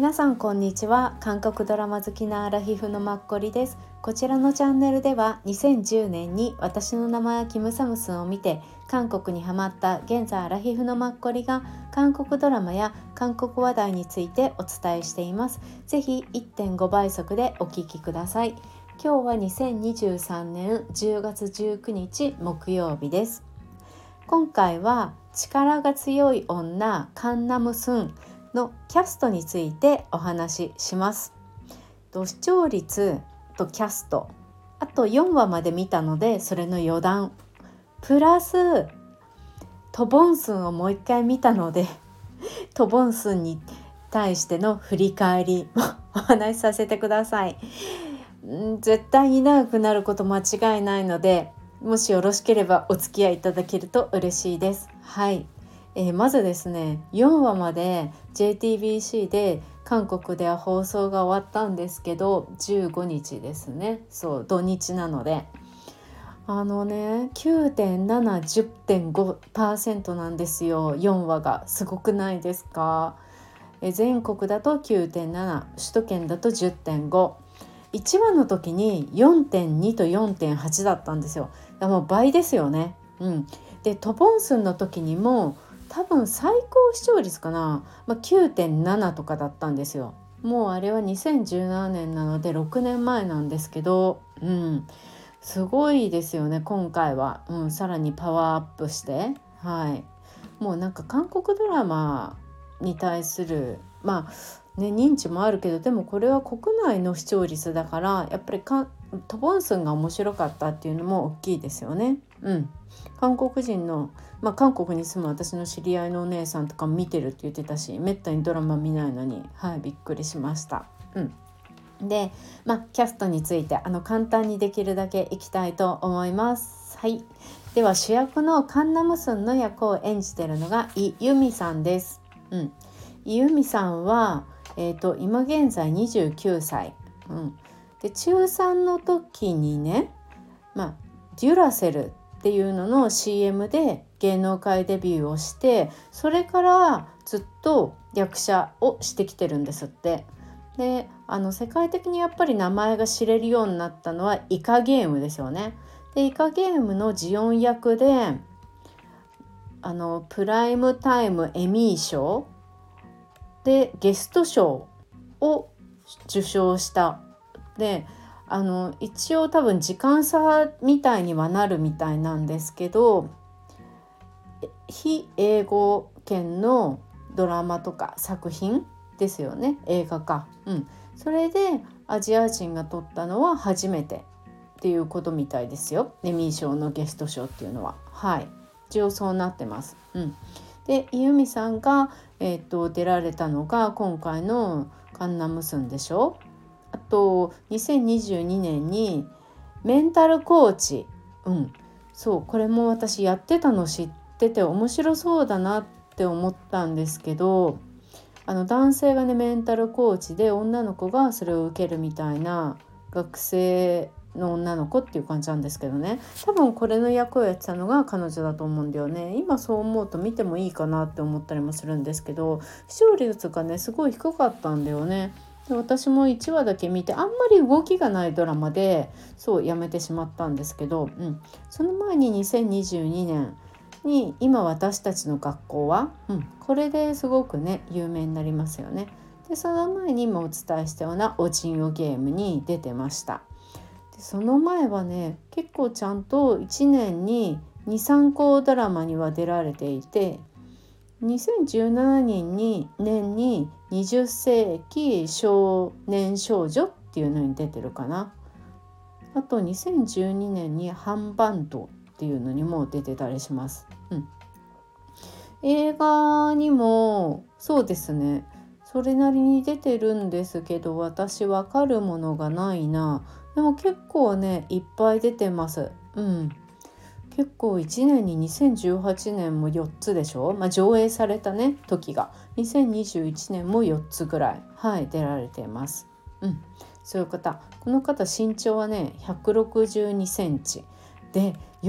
皆さんこんにちは。韓国ドラマ好きなアラヒフのマッコリです。こちらのチャンネルでは2010年に私の名前はキムサムスンを見て韓国にハマった現在アラヒフのマッコリが韓国ドラマや韓国話題についてお伝えしています。ぜひ 1.5 倍速でお聞きください。今日は2023年10月19日木曜日です。今回は力が強い女カンナムスンのキャストについてお話しします。視聴率とキャスト、あと4話まで見たのでそれの余談プラストボンスンをもう一回見たのでトボンスンに対しての振り返りもお話しさせてください。絶対に長くなること間違いないので、もしよろしければお付き合いいただけると嬉しいです。はい。まずですね、4話まで JTBC で韓国では放送が終わったんですけど、15日ですね。そう土日なので9.7、10.5% なんですよ。4話がすごくないですか？全国だと 9.7、首都圏だと 10.5、1話の時に 4.2 と 4.8 だったんですよ。もう倍ですよね。でトボンスンの時にも多分最高視聴率かな、9.7 とかだったんですよ。もうあれは2017年なので6年前なんですけど、すごいですよね。今回は、さらにパワーアップして、もうなんか韓国ドラマに対する認知もあるけど、でもこれは国内の視聴率だからやっぱりトボンスンが面白かったっていうのも大きいですよね。韓国人の、韓国に住む私の知り合いのお姉さんとかも見てるって言ってたし、めったにドラマ見ないのに、びっくりしました。で、キャストについて簡単にできるだけいきたいと思います。では主役のカンナムスンの役を演じているのがイ・ユミさんです。イ・ユミさんは、今現在29歳、で中3の時にね、デュラセルっていうのの CM で芸能界デビューをして、それからずっと役者をしてきてるんですって。で世界的にやっぱり名前が知れるようになったのはイカゲームですよね。でイカゲームのジオン役でプライムタイムエミー賞でゲスト賞を受賞した。で一応多分時間差みたいにはなるみたいなんですけど、非英語圏のドラマとか作品ですよね。映画か、それでアジア人が撮ったのは初めてっていうことみたいですよ。エミー賞のゲスト賞っていうのは一応そうなってます。でイ・ユミさんが、出られたのが今回のカンナムスンでしょ。あと2022年にメンタルコーチ、これも私やってたの知ってて面白そうだなって思ったんですけど、男性がねメンタルコーチで女の子がそれを受けるみたいな学生の女の子っていう感じなんですけどね、多分これの役をやってたのが彼女だと思うんだよね。今そう思うと見てもいいかなって思ったりもするんですけど、視聴率がねすごい低かったんだよね。で私も1話だけ見てあんまり動きがないドラマでやめてしまったんですけど、その前に2022年に今私たちの学校は、これですごくね有名になりますよね。でその前に今お伝えしたようなオチンオゲームに出てました。でその前はね結構ちゃんと1年に 2,3 個ドラマには出られていて、2017年に20世紀少年少女っていうのに出てるかな。あと2012年にハンバンドっていうのにも出てたりします。映画にもそうですね、それなりに出てるんですけど私わかるものがないな。でも結構ねいっぱい出てます。結構1年に2018年も4つでしょ、上映されたね時が2021年も4つぐらい、出られています。そういう方、この方身長はね162センチで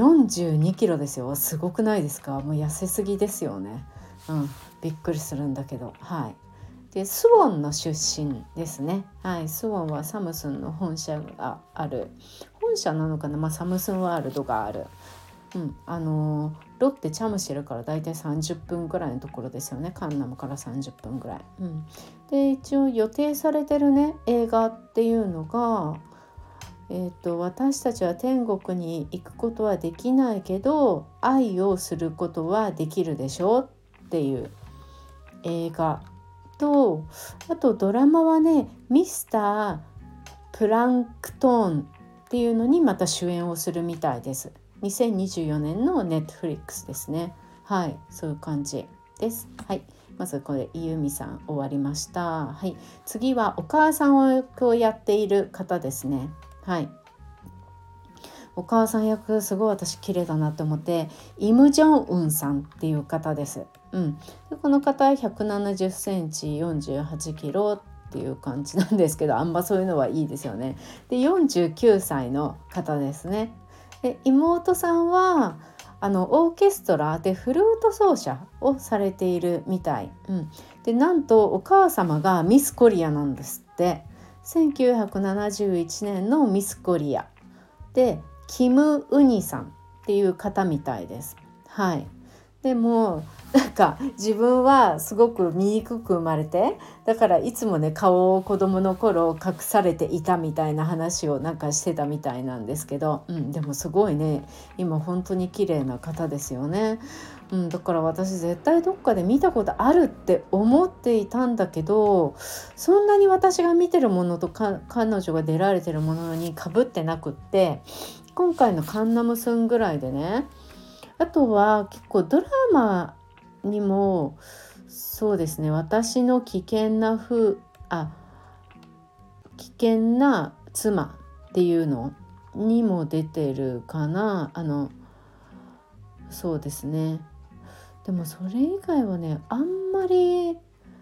42キロですよ。すごくないですか？もう痩せすぎですよね。びっくりするんだけど、 でスウォンの出身ですね。はい、スウォンはサムスンの本社がある、本社なのかな、サムスンワールドがある、ロッテチャムシェルからだいたい30分ぐらいのところですよね。カンナムから30分ぐらい、で一応予定されてるね映画っていうのが、私たちは天国に行くことはできないけど愛をすることはできるでしょっていう映画と、あとドラマはねミスタープランクトンっていうのにまた主演をするみたいです。2024年のネットフリックスですね。はい、そういう感じです。はい、まずこれイユミさん終わりました。はい、次はお母さん役をやっている方ですね。はい、お母さん役すごい私綺麗だなと思って、イム・ジョンウンさんっていう方です。でこの方170センチ48キロっていう感じなんですけど、あんまそういうのはいいですよね。で49歳の方ですね。で妹さんはオーケストラでフルート奏者をされているみたい、でなんとお母様がミスコリアなんですって。1971年のミスコリアでキム・ウニさんっていう方みたいです。はい、でもなんか自分はすごく醜く生まれて、だからいつもね顔を子供の頃隠されていたみたいな話をなんかしてたみたいなんですけど、でもすごいね今本当に綺麗な方ですよね。だから私絶対どっかで見たことあるって思っていたんだけど、そんなに私が見てるものと彼女が出られてるものに被ってなくって、今回のカンナムスンぐらいでね。あとは結構ドラマにもそうですね、私の危険な妻っていうのにも出てるかな。そうですね。でもそれ以外はねあんまり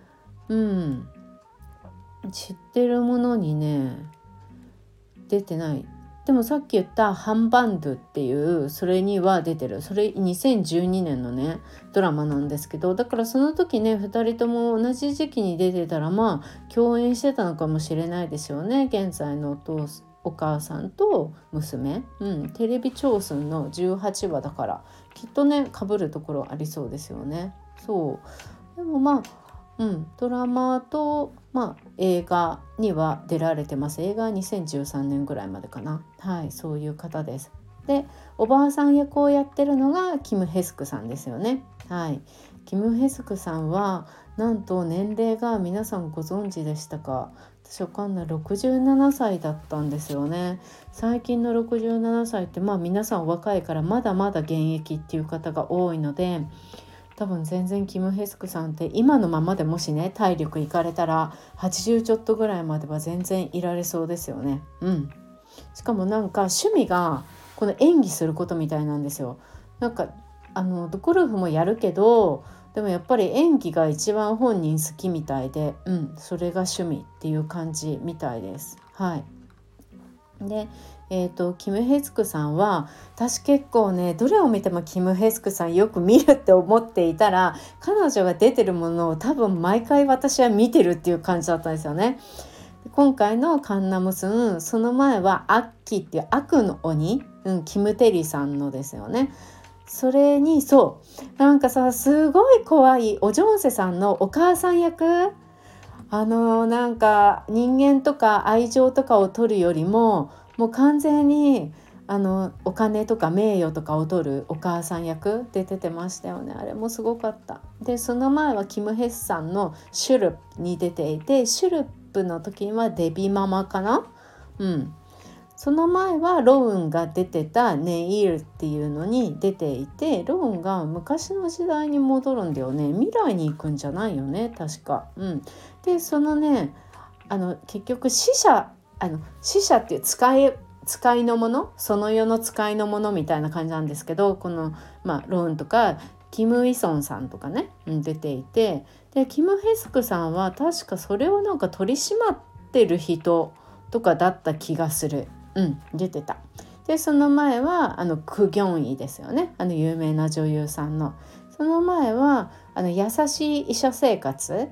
知ってるものにね出てない。でもさっき言ったハンバンドゥっていうそれには出てる。それ2012年のねドラマなんですけど、だからその時ね2人とも同じ時期に出てたら共演してたのかもしれないですよね。現在のお母さんと娘、テレビ挑戦の18話だからきっとね被るところありそうですよね。そうでもドラマと、映画には出られてます。映画は2013年ぐらいまでかな。はい、そういう方です。でおばあさん役をやってるのがキム・ヘスクさんですよね。はい、キム・ヘスクさんはなんと年齢が皆さんご存知でしたか？私わかんない、67歳だったんですよね。最近の67歳って皆さん若いからまだまだ現役っていう方が多いので、多分全然キム・ヘスクさんって今のままでもしね体力いかれたら80ちょっとぐらいまでは全然いられそうですよね。しかもなんか趣味がこの演技することみたいなんですよ。なんかゴルフもやるけど、でもやっぱり演技が一番本人好きみたいで、それが趣味っていう感じみたいです。はい。でキム・ヘスクさんは私結構ねどれを見てもキム・ヘスクさんよく見るって思っていたら、彼女が出てるものを多分毎回私は見てるっていう感じだったんですよね。今回のカンナムスン、その前はアッキっていう悪の鬼、キム・テリさんのですよね。それになんかさすごい怖いおジョンセさんのお母さん役、なんか人間とか愛情とかを取るよりももう完全にお金とか名誉とかを取るお母さん役で出てましたよね。あれもすごかった。でその前はキム・ヘスさんのシュルプに出ていて、シュルプの時にはデビママかな。その前はロウンが出てたネイルっていうのに出ていて、ロウンが昔の時代に戻るんだよね。未来に行くんじゃないよね確か。でそのね結局死者っていう使いのもの、その世の使いのものみたいな感じなんですけど、このロウンとかキム・イソンさんとかね、出ていて、でキム・ヘスクさんは確かそれをなんか取り締まってる人とかだった気がする。出てた。でその前はクギョンイですよね。有名な女優さんの。その前は優しい医者生活っ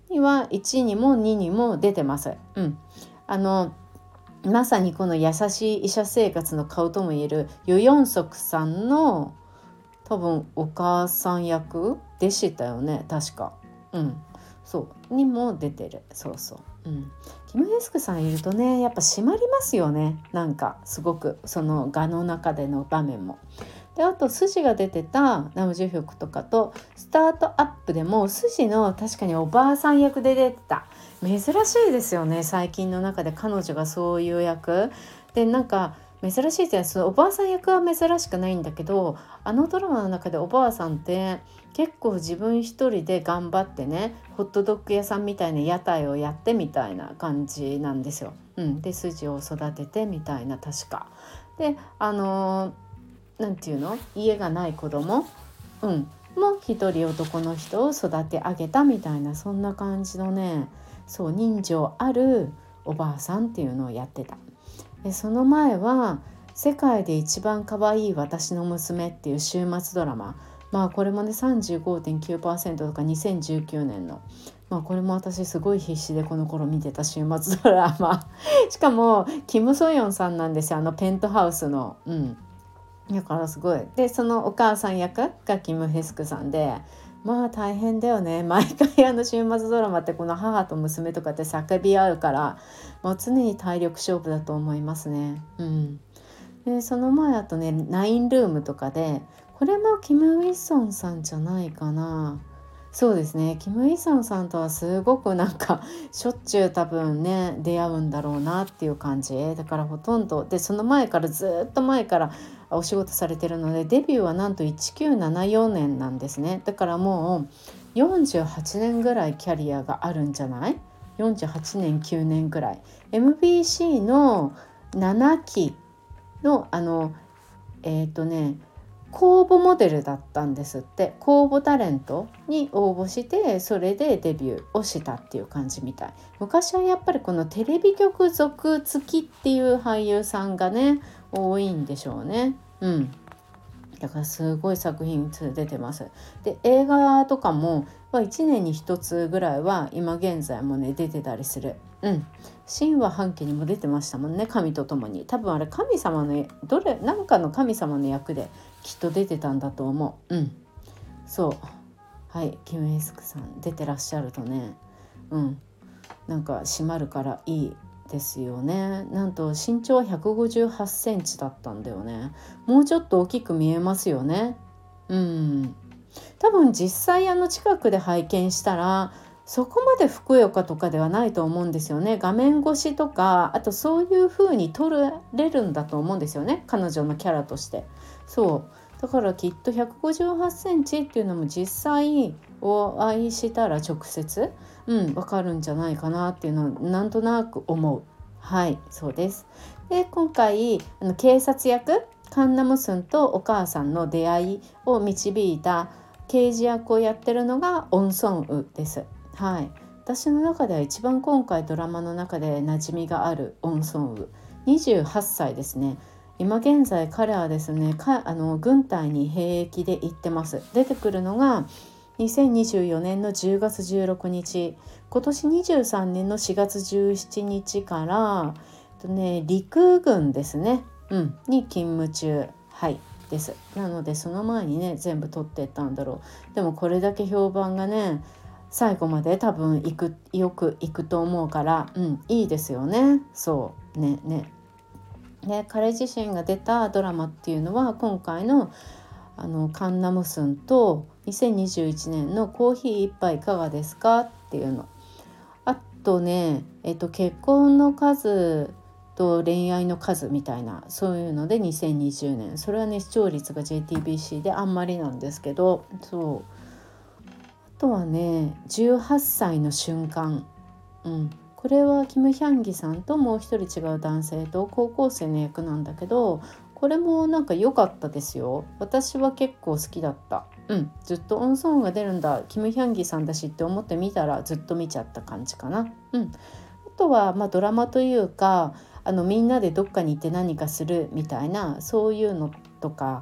には1にも2にも出てます。まさにこの優しい医者生活の顔ともいえるユ・ヨンソクさんの多分お母さん役でしたよね、確か。そうにも出てる。そうそう。キム・ヘスクさんいるとね、やっぱ締まりますよね。なんかすごくその画の中での場面も。であと筋が出てたナムジュヒョクとかとスタートアップでも筋の確かにおばあさん役で出てた。珍しいですよね、最近の中で彼女がそういう役で。なんか珍しいっていうのはそのおばあさん役は珍しくないんだけど、あのドラマの中でおばあさんって結構自分一人で頑張ってね、ホットドッグ屋さんみたいな屋台をやってみたいな感じなんですよ。で筋を育ててみたいな、確かでなんていうの、家がない子供、も一人男の人を育て上げたみたいな、そんな感じのね、そう人情あるおばあさんっていうのをやってた。でその前は世界で一番可愛い私の娘っていう週末ドラマ、これもね 35.9% とか2019年の、これも私すごい必死でこの頃見てた週末ドラマしかもキム・ソヨンさんなんですよ、ペントハウスの。だからすごい。でそのお母さん役がキム・ヘスクさんで、大変だよね、毎回週末ドラマってこの母と娘とかって叫び合うから、もう常に体力勝負だと思いますね。でその前あとねナインルームとかで、これもキム・ウィソンさんじゃないかな。そうですね、キム・イソンさんとはすごくなんかしょっちゅう多分ね出会うんだろうなっていう感じだから、ほとんどでその前からずっと前からお仕事されてるので、デビューはなんと1974年なんですね。だからもう48年ぐらいキャリアがあるんじゃない？ 48 年9年ぐらい MBC の7期の公募モデルだったんですって。公募タレントに応募して、それでデビューをしたっていう感じみたい。昔はやっぱりこのテレビ局属付きっていう俳優さんがね多いんでしょうね。だからすごい作品出てます。で映画とかも1年に1つぐらいは今現在もね出てたりする。神話半家にも出てましたもんね、神と共に。多分あれ神様のなんかの神様の役できっと出てたんだと思う。そうはい、キム・エスクさん出てらっしゃるとね、なんか締まるからいいですよね。なんと身長は158センチだったんだよね。もうちょっと大きく見えますよね。多分実際近くで拝見したらそこまでふくよかとかではないと思うんですよね。画面越しとかあとそういう風に撮れるんだと思うんですよね、彼女のキャラとして。そうだからきっと158センチっていうのも実際お会いしたら直接わかるんじゃないかなっていうのをなんとなく思う。はいそうです。で今回警察役カンナムスンとお母さんの出会いを導いた刑事役をやってるのがオン・ソンウです。私の中では一番今回ドラマの中で馴染みがあるオン・ソンウ、28歳ですね。今現在彼はですね軍隊に兵役で行ってます。出てくるのが2024年の10月16日、今年23年の4月17日から陸軍ですね、に勤務中です。なのでその前にね全部取ってったんだろう。でもこれだけ評判がね最後まで多分よく行くと思うから、いいですよね。そうね。彼自身が出たドラマっていうのは今回のカンナムスンと2021年のコーヒー一杯いかがですかっていうの、あとね、結婚の数と恋愛の数みたいなそういうので2020年、それはね視聴率が JTBC であんまりなんですけど、あとはね18歳の瞬間、これはキム・ヒャンギさんともう一人違う男性と高校生の役なんだけど、これもなんか良かったですよ。私は結構好きだった。ずっとオンソーンが出るんだ、キム・ヒャンギさんだしって思って見たらずっと見ちゃった感じかな。あとはドラマというかみんなでどっかに行って何かするみたいなそういうのとか、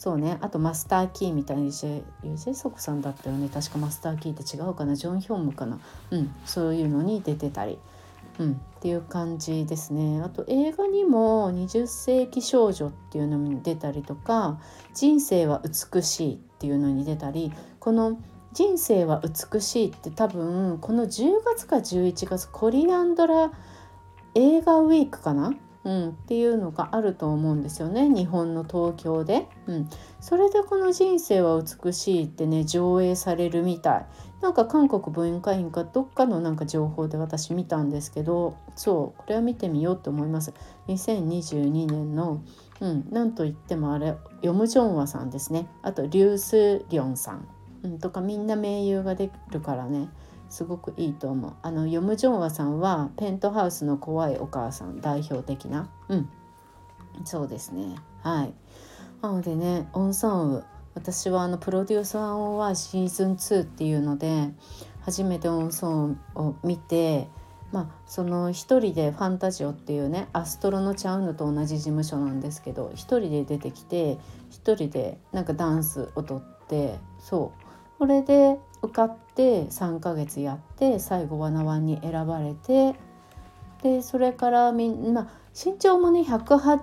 そうね、あとマスターキーみたいにユジェソクさんだったよね、確かマスターキーって違うかな、ジョンヒョンムかな、そういうのに出てたり、っていう感じですね。あと映画にも20世紀少女っていうのに出たりとか、人生は美しいっていうのに出たり、この人生は美しいって多分この10月か11月コリアンドラ映画ウィークかな、っていうのがあると思うんですよね、日本の東京で、それでこの人生は美しいってね上映されるみたい。なんか韓国文化院かどっかのなんか情報で私見たんですけど、そうこれは見てみようと思います。2022年の、なんといってもあれヨムジョンワさんですね、あとリュウスリョンさん、とかみんな名優が出るからね、すごくいいと思う。ヨムジョンワさんはペントハウスの怖いお母さん代表的な、そうですね。はい。なのでね、オン・ソンウ、私はプロデュース101シーズン2っていうので初めてオン・ソンウを見て、その一人でファンタジオっていうねアストロのチャウヌと同じ事務所なんですけど、一人で出てきて一人でなんかダンス踊って、そうこれで受かって3ヶ月やって最後ワナワンに選ばれて、でそれからみんな身長もね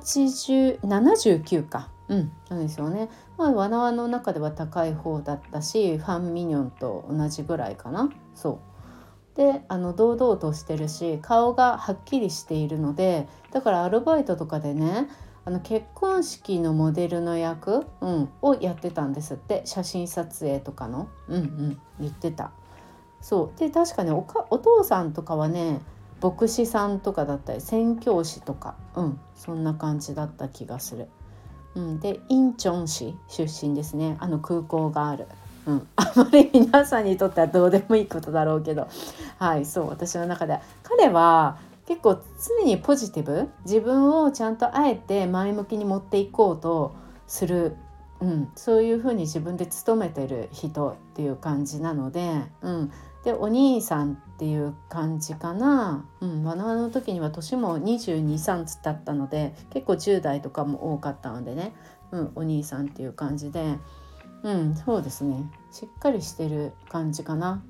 18079か、なんですよね。ワナワンの中では高い方だったし、ファン・ミニョンと同じぐらいかな。そうで堂々としてるし顔がはっきりしているので、だからアルバイトとかでね結婚式のモデルの役、をやってたんですって、写真撮影とかの、言ってた。そうで確かね お父さんとかはね牧師さんとかだったり宣教師とか、そんな感じだった気がする。でインチョン市出身ですね、空港がある、あまり皆さんにとってはどうでもいいことだろうけど、そう私の中で彼は結構常にポジティブ、自分をちゃんとあえて前向きに持っていこうとする、そういうふうに自分で努めてる人っていう感じなので、でお兄さんっていう感じかな。ワナワの時には年も22、3つだったので結構10代とかも多かったのでね、お兄さんっていう感じで、そうですね、しっかりしてる感じかな。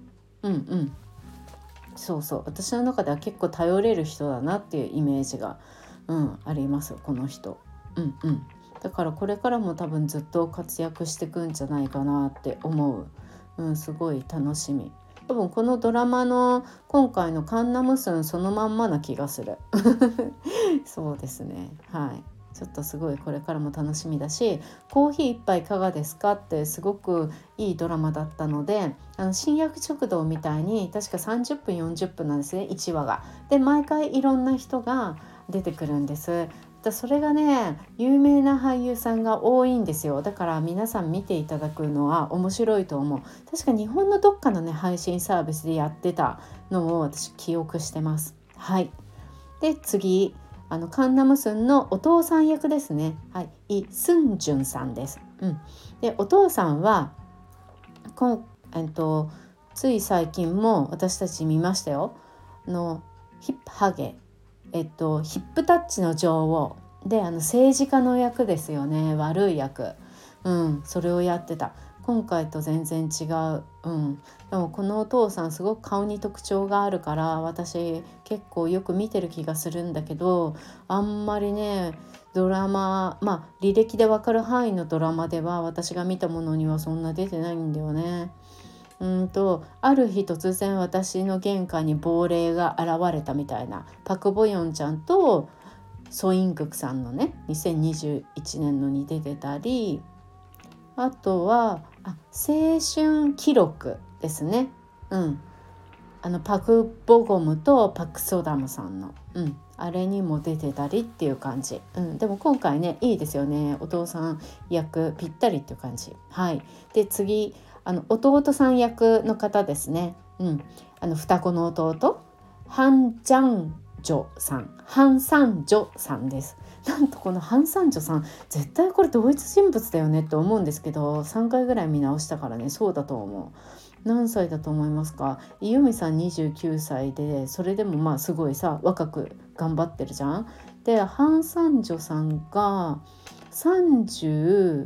そう私の中では結構頼れる人だなっていうイメージが、ありますこの人。だからこれからも多分ずっと活躍していくんじゃないかなって思う、すごい楽しみ。多分このドラマの今回のカンナムスンそのまんまな気がするそうですね、ちょっとすごいこれからも楽しみだし、コーヒー一杯いかがですかってすごくいいドラマだったので、新薬食堂みたいに確か30分40分なんですね、1話が。で毎回いろんな人が出てくるんです。それがね有名な俳優さんが多いんですよ。だから皆さん見ていただくのは面白いと思う。確か日本のどっかのね配信サービスでやってたのを私記憶してます。で次カンナムスンのお父さん役ですね、イ・スンジュンさんです。でお父さんはつい最近も私たち見ましたよ。ヒップハゲヒップタッチの女王で政治家の役ですよね、悪い役、それをやってた。今回と全然違う、でもこのお父さんすごく顔に特徴があるから私結構よく見てる気がするんだけど、あんまりねドラマ履歴で分かる範囲のドラマでは私が見たものにはそんな出てないんだよね。ある日突然私の玄関に亡霊が現れたみたいな、パク・ボヨンちゃんとソイングクさんのね2021年のに出てたり、あとは青春記録ですね、パク・ボゴムとパク・ソダムさんの、あれにも出てたりっていう感じ、でも今回ねいいですよね、お父さん役ぴったりっていう感じ。で次弟さん役の方ですね、双子の弟ハン・ジャンジョさん、ハン・サンジョさんです。なんとこのハン・サンジョさん絶対これ同一人物だよねって思うんですけど、3回ぐらい見直したからね、そうだと思う。何歳だと思いますか？イヨミさん29歳で、それでもすごいさ若く頑張ってるじゃん。でハン・サンジョさんが30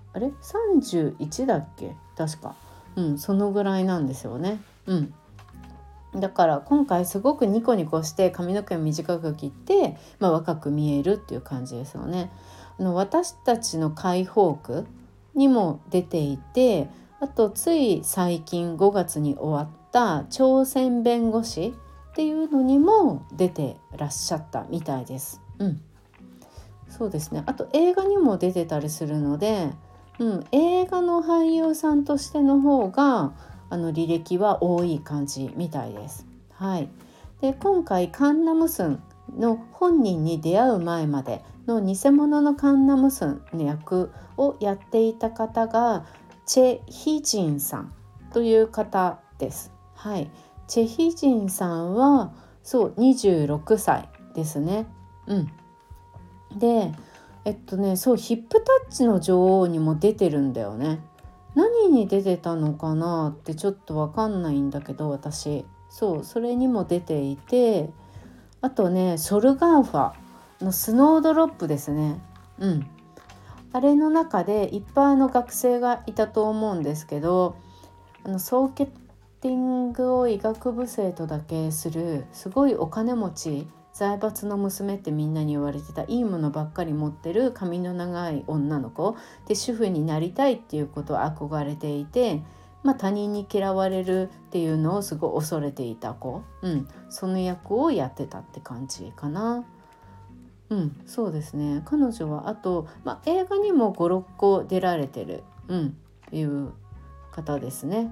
あれ31だっけ確か、そのぐらいなんですよね。だから今回すごくニコニコして髪の毛を短く切って、若く見えるっていう感じですよね。私たちの解放区にも出ていて、あとつい最近5月に終わった朝鮮弁護士っていうのにも出てらっしゃったみたいです。そうですね。あと映画にも出てたりするので、映画の俳優さんとしての方が履歴は多い感じみたいです。で今回カンナムスンの本人に出会う前までの偽物のカンナムスンの役をやっていた方がチェ・ヒジンさんという方です。チェ・ヒジンさんはそう26歳ですね。でそうヒップタッチの女王にも出てるんだよね。何に出てたのかなってちょっと分かんないんだけど、私それにも出ていて、あとねソルガンファのスノードロップですね。あれの中でいっぱいの学生がいたと思うんですけど、ソーケッティングを医学部生とだけするすごいお金持ち財閥の娘ってみんなに言われてた、いいものばっかり持ってる髪の長い女の子で主婦になりたいっていうことを憧れていて、他人に嫌われるっていうのをすごい恐れていた子、その役をやってたって感じかな。そうですね。彼女はあと、映画にも5、6個出られてる、いう方ですね。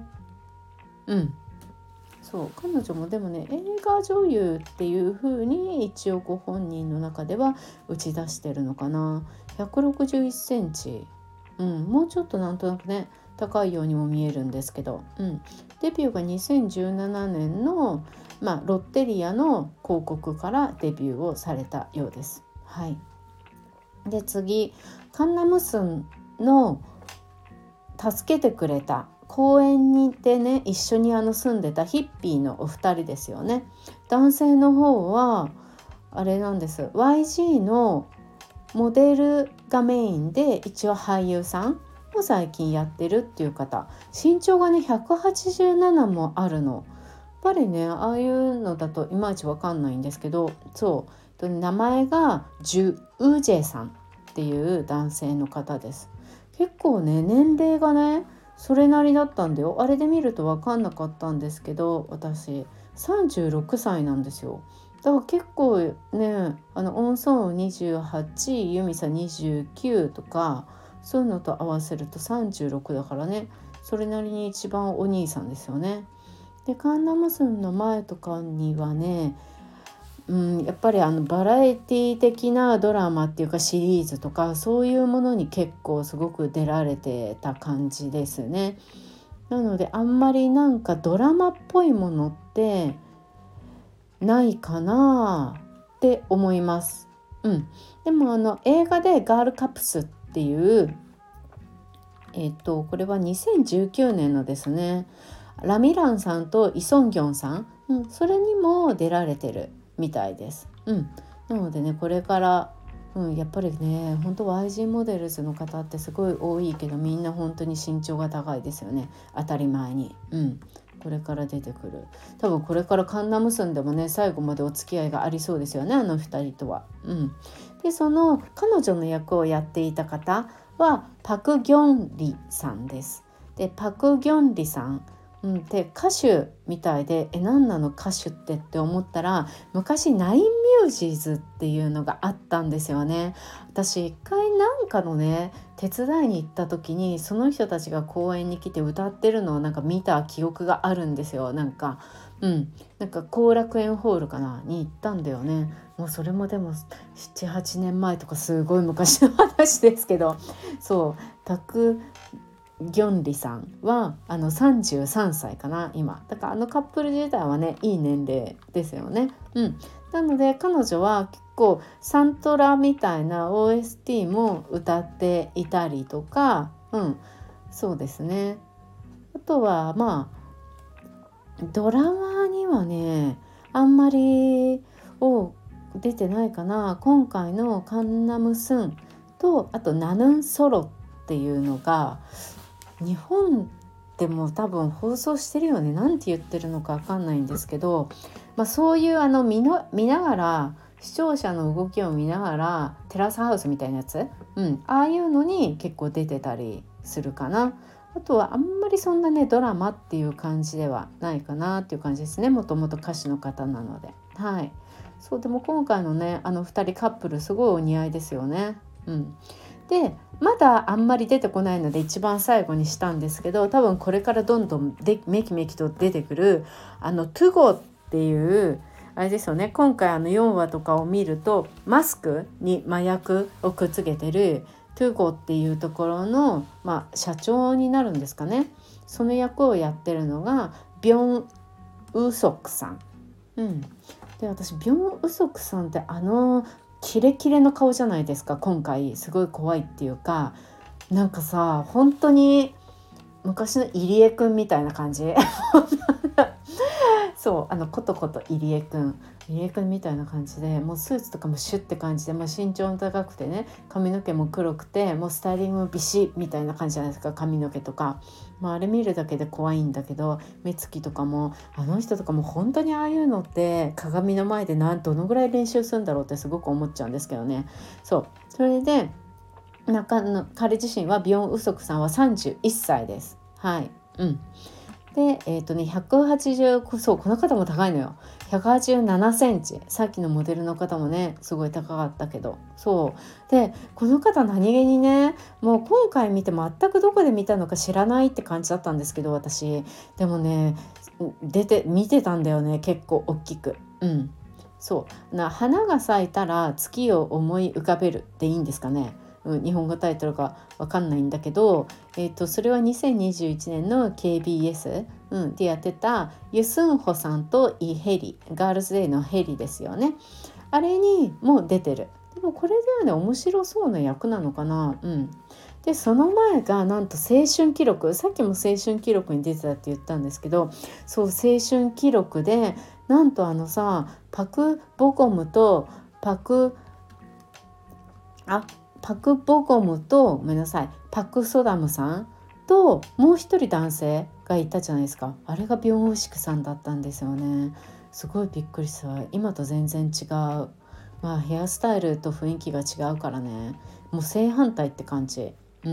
そう彼女もでもね映画女優っていう風に一応ご本人の中では打ち出してるのかな。161センチ、もうちょっとなんとなくね高いようにも見えるんですけど、デビューが2017年の、ロッテリアの広告からデビューをされたようです。で次カンナムスンの助けてくれた公園にてね一緒に住んでたヒッピーのお二人ですよね。男性の方はあれなんです、 YG のモデルがメインで一応俳優さんも最近やってるっていう方、身長がね187もあるの。やっぱりねああいうのだといまいちわかんないんですけど、名前がジュ・ウジェさんっていう男性の方です。結構ね年齢がねそれなりだったんだよ。あれで見ると分かんなかったんですけど、私36歳なんですよ。だから結構ねオンソーン28、ユミさん29とかそういうのと合わせると36だからね、それなりに一番お兄さんですよね。でカンナムスンの前とかにはね、やっぱりバラエティ的なドラマっていうかシリーズとかそういうものに結構すごく出られてた感じですね。なのであんまりなんかドラマっぽいものってないかなって思います。でも映画でガールカプスっていうこれは2019年のですね、ラミランさんとイ・ソンギョンさん、それにも出られてるみたいです。なのでねこれから、やっぱりね本当 YG モデルズの方ってすごい多いけどみんな本当に身長が高いですよね、当たり前に。これから出てくる多分これからカンナムスンでもね最後までお付き合いがありそうですよね、あの2人とは。でその彼女の役をやっていた方はパク・ギョンリさんです。でパク・ギョンリさん、で歌手みたいで何なの歌手って思ったら、昔ナインミュージーズっていうのがあったんですよね。私一回なんかのね手伝いに行った時にその人たちが公園に来て歌ってるのをなんか見た記憶があるんですよ。なんか後楽園ホールかなに行ったんだよね。もうそれもでも 7,8 年前とかすごい昔の話ですけど、パクギョンリさんは33歳かな今だから、カップル自体はねいい年齢ですよね。なので彼女は結構サントラみたいな OST も歌っていたりとか、そうですね。あとはドラマにはねあんまり出てないかな。今回のカンナムスンとあとナヌンソロっていうのが日本でも多分放送してるよね。なんて言ってるのか分かんないんですけど、そういう見ながら視聴者の動きを見ながらテラスハウスみたいなやつ、ああいうのに結構出てたりするかな。あとはあんまりそんなねドラマっていう感じではないかなっていう感じですね。もともと歌手の方なので。はい。そうでも今回のね2人カップルすごいお似合いですよね。でまだあんまり出てこないので一番最後にしたんですけど、多分これからどんどんめきめきと出てくるトゥゴっていうあれですよね。今回4話とかを見るとマスクに麻薬をくっつけてるトゥゴっていうところの、社長になるんですかね。その役をやってるのがビョン・ウソクさん。で私ビョン・ウソクさんってキレキレの顔じゃないですか。今回すごい怖いっていうか、なんかさ本当に昔の入江くんみたいな感じそうコトコト入江くんみたいな感じで、もうスーツとかもシュッて感じで、身長も高くてね、髪の毛も黒くて、もうスタイリングもビシッみたいな感じじゃないですか。髪の毛とか、あれ見るだけで怖いんだけど、目つきとかもあの人とかも本当にああいうのって鏡の前でどのぐらい練習するんだろうってすごく思っちゃうんですけどね。それで彼自身はビヨン・ウソクさんは31歳です。はい。で180、そうこの方も高いのよ。187センチ。さっきのモデルの方もねすごい高かったけど、そうでこの方何気にね、もう今回見て全くどこで見たのか知らないって感じだったんですけど、私でもね見てたんだよね、結構大きく。花が咲いたら月を思い浮かべるっていいんですかね。日本語タイトルが分かんないんだけど、それは2021年の KBS、でやってたユスンホさんとイ・ヘリ、ガールズデーのヘリですよね。あれにも出てる。でもこれではね面白そうな役なのかな。でその前がなんと青春記録、さっきも青春記録に出てたって言ったんですけど、そう青春記録でなんとパク・ボゴムとパクボゴムとごめんなさいパク・ソダムさんともう一人男性がいたじゃないですか。あれがビョン・ウシクさんだったんですよね。すごいびっくりした。今と全然違う。ヘアスタイルと雰囲気が違うからね、もう正反対って感じ。好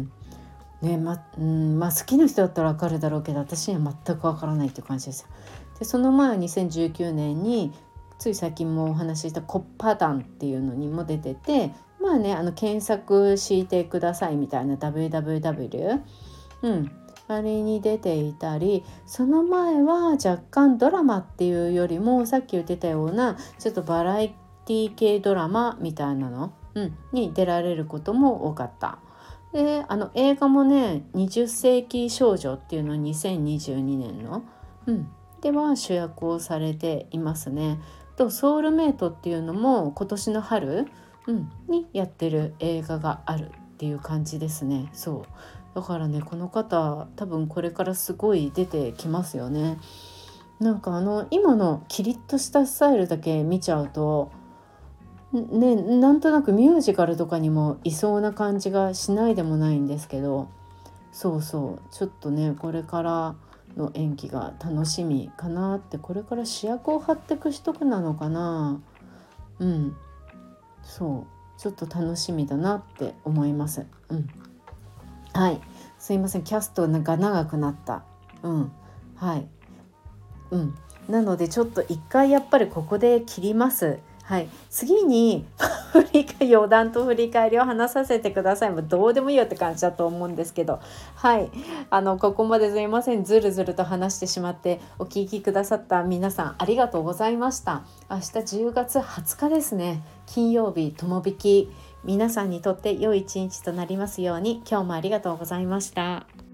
きな人だったら分かるだろうけど、私には全く分からないっていう感じです。でその前は2019年につい最近もお話ししたコッパダンっていうのにも出てて、検索してくださいみたいな www、あれに出ていたり、その前は若干ドラマっていうよりもさっき言ってたようなちょっとバラエティ系ドラマみたいなの、に出られることも多かった。で映画もね20世紀少女っていうの2022年の、では主役をされていますね。とソウルメイトっていうのも今年の春、にやってる映画があるっていう感じですね。だからねこの方多分これからすごい出てきますよね。なんか今のキリッとしたスタイルだけ見ちゃうとなんとなくミュージカルとかにもいそうな感じがしないでもないんですけど、ちょっとねこれからの演技が楽しみかなって。これから主役を張っていく人なのかな。ちょっと楽しみだなって思います。はい、すいませんキャストが長くなった。なのでちょっと一回やっぱりここで切ります。次に余談と振り返りを話させてください。もうどうでもいいよって感じだと思うんですけど、ここまですいません、ずるずると話してしまって。お聞きくださった皆さんありがとうございました。明日10月20日ですね、金曜日、友引き。皆さんにとって良い一日となりますように。今日もありがとうございました。